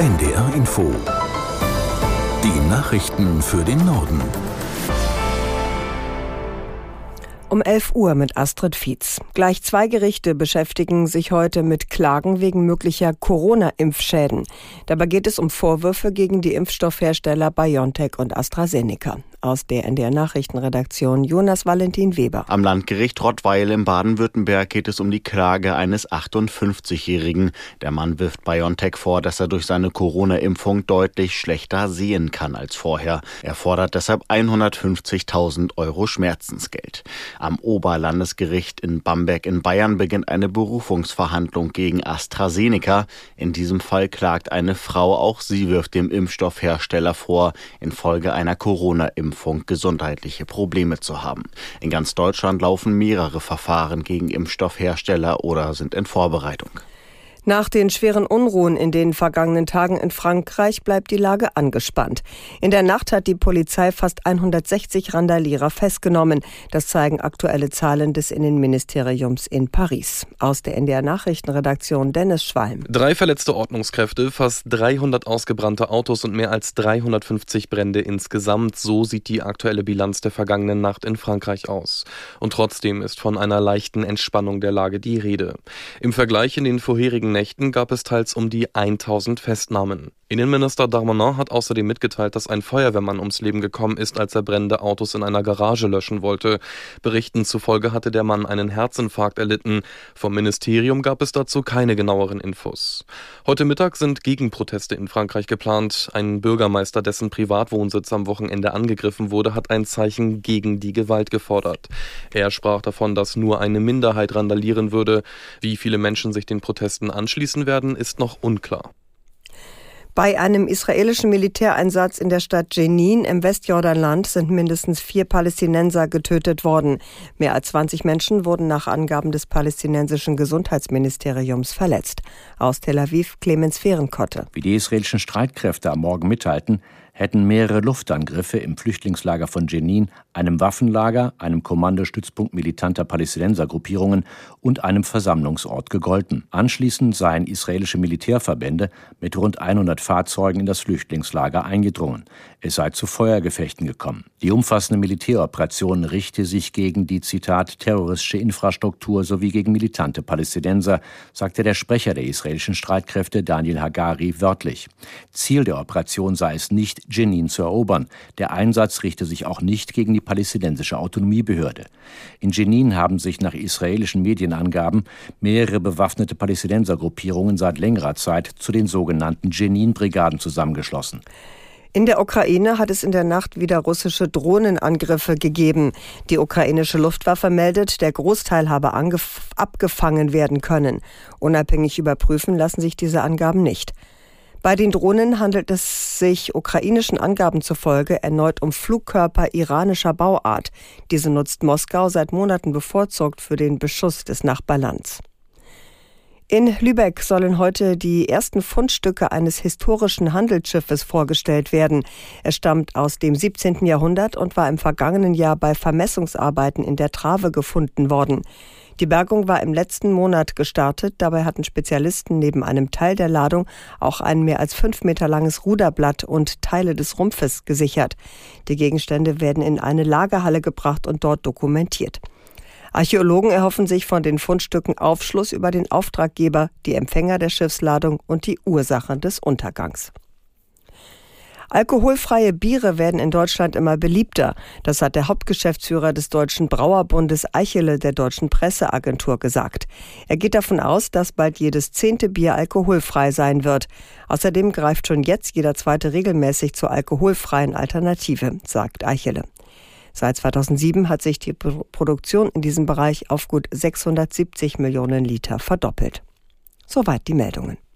NDR Info. Die Nachrichten für den Norden. Um 11 Uhr mit Astrid Fietz. Gleich 2 Gerichte beschäftigen sich heute mit Klagen wegen möglicher Corona-Impfschäden. Dabei geht es um Vorwürfe gegen die Impfstoffhersteller BioNTech und AstraZeneca. Aus der NDR-Nachrichtenredaktion Jonas Valentin Weber. Am Landgericht Rottweil in Baden-Württemberg geht es um die Klage eines 58-Jährigen. Der Mann wirft BioNTech vor, dass er durch seine Corona-Impfung deutlich schlechter sehen kann als vorher. Er fordert deshalb 150.000 € Schmerzensgeld. Am Oberlandesgericht in Bamberg in Bayern beginnt eine Berufungsverhandlung gegen AstraZeneca. In diesem Fall klagt eine Frau, auch sie wirft dem Impfstoffhersteller vor, infolge einer Corona-Impfung gesundheitliche Probleme zu haben. In ganz Deutschland laufen mehrere Verfahren gegen Impfstoffhersteller oder sind in Vorbereitung. Nach den schweren Unruhen in den vergangenen Tagen in Frankreich bleibt die Lage angespannt. In der Nacht hat die Polizei fast 160 Randalierer festgenommen. Das zeigen aktuelle Zahlen des Innenministeriums in Paris. Aus der NDR-Nachrichtenredaktion Dennis Schwalm. 3 verletzte Ordnungskräfte, fast 300 ausgebrannte Autos und mehr als 350 Brände insgesamt. So sieht die aktuelle Bilanz der vergangenen Nacht in Frankreich aus. Und trotzdem ist von einer leichten Entspannung der Lage die Rede. Im Vergleich in den vorherigen Nächten gab es teils um die 1000 Festnahmen. Innenminister Darmanin hat außerdem mitgeteilt, dass ein Feuerwehrmann ums Leben gekommen ist, als er brennende Autos in einer Garage löschen wollte. Berichten zufolge hatte der Mann einen Herzinfarkt erlitten. Vom Ministerium gab es dazu keine genaueren Infos. Heute Mittag sind Gegenproteste in Frankreich geplant. Ein Bürgermeister, dessen Privatwohnsitz am Wochenende angegriffen wurde, hat ein Zeichen gegen die Gewalt gefordert. Er sprach davon, dass nur eine Minderheit randalieren würde. Wie viele Menschen sich den Protesten anschließen werden, ist noch unklar. Bei einem israelischen Militäreinsatz in der Stadt Jenin im Westjordanland sind mindestens 4 Palästinenser getötet worden. Mehr als 20 Menschen wurden nach Angaben des palästinensischen Gesundheitsministeriums verletzt. Aus Tel Aviv Clemens Fehrenkotte. Wie die israelischen Streitkräfte am Morgen mitteilten, hätten mehrere Luftangriffe im Flüchtlingslager von Jenin, einem Waffenlager, einem Kommandostützpunkt militanter Palästinensergruppierungen und einem Versammlungsort gegolten. Anschließend seien israelische Militärverbände mit rund 100 Fahrzeugen in das Flüchtlingslager eingedrungen. Es sei zu Feuergefechten gekommen. Die umfassende Militäroperation richte sich gegen die, Zitat, terroristische Infrastruktur sowie gegen militante Palästinenser, sagte der Sprecher der israelischen Streitkräfte Daniel Hagari wörtlich. Ziel der Operation sei es nicht, Jenin zu erobern. Der Einsatz richte sich auch nicht gegen die palästinensische Autonomiebehörde. In Jenin haben sich nach israelischen Medienangaben mehrere bewaffnete Palästinensergruppierungen seit längerer Zeit zu den sogenannten Jenin-Brigaden zusammengeschlossen. In der Ukraine hat es in der Nacht wieder russische Drohnenangriffe gegeben. Die ukrainische Luftwaffe meldet, der Großteil habe abgefangen werden können. Unabhängig überprüfen lassen sich diese Angaben nicht. Bei den Drohnen handelt es sich ukrainischen Angaben zufolge erneut um Flugkörper iranischer Bauart. Diese nutzt Moskau seit Monaten bevorzugt für den Beschuss des Nachbarlands. In Lübeck sollen heute die ersten Fundstücke eines historischen Handelsschiffes vorgestellt werden. Es stammt aus dem 17. Jahrhundert und war im vergangenen Jahr bei Vermessungsarbeiten in der Trave gefunden worden. Die Bergung war im letzten Monat gestartet. Dabei hatten Spezialisten neben einem Teil der Ladung auch ein mehr als 5 Meter langes Ruderblatt und Teile des Rumpfes gesichert. Die Gegenstände werden in eine Lagerhalle gebracht und dort dokumentiert. Archäologen erhoffen sich von den Fundstücken Aufschluss über den Auftraggeber, die Empfänger der Schiffsladung und die Ursachen des Untergangs. Alkoholfreie Biere werden in Deutschland immer beliebter. Das hat der Hauptgeschäftsführer des Deutschen Brauerbundes Eichele der Deutschen Presseagentur gesagt. Er geht davon aus, dass bald jedes 10. Bier alkoholfrei sein wird. Außerdem greift schon jetzt jeder 2. regelmäßig zur alkoholfreien Alternative, sagt Eichele. Seit 2007 hat sich die Produktion in diesem Bereich auf gut 670 Millionen Liter verdoppelt. Soweit die Meldungen.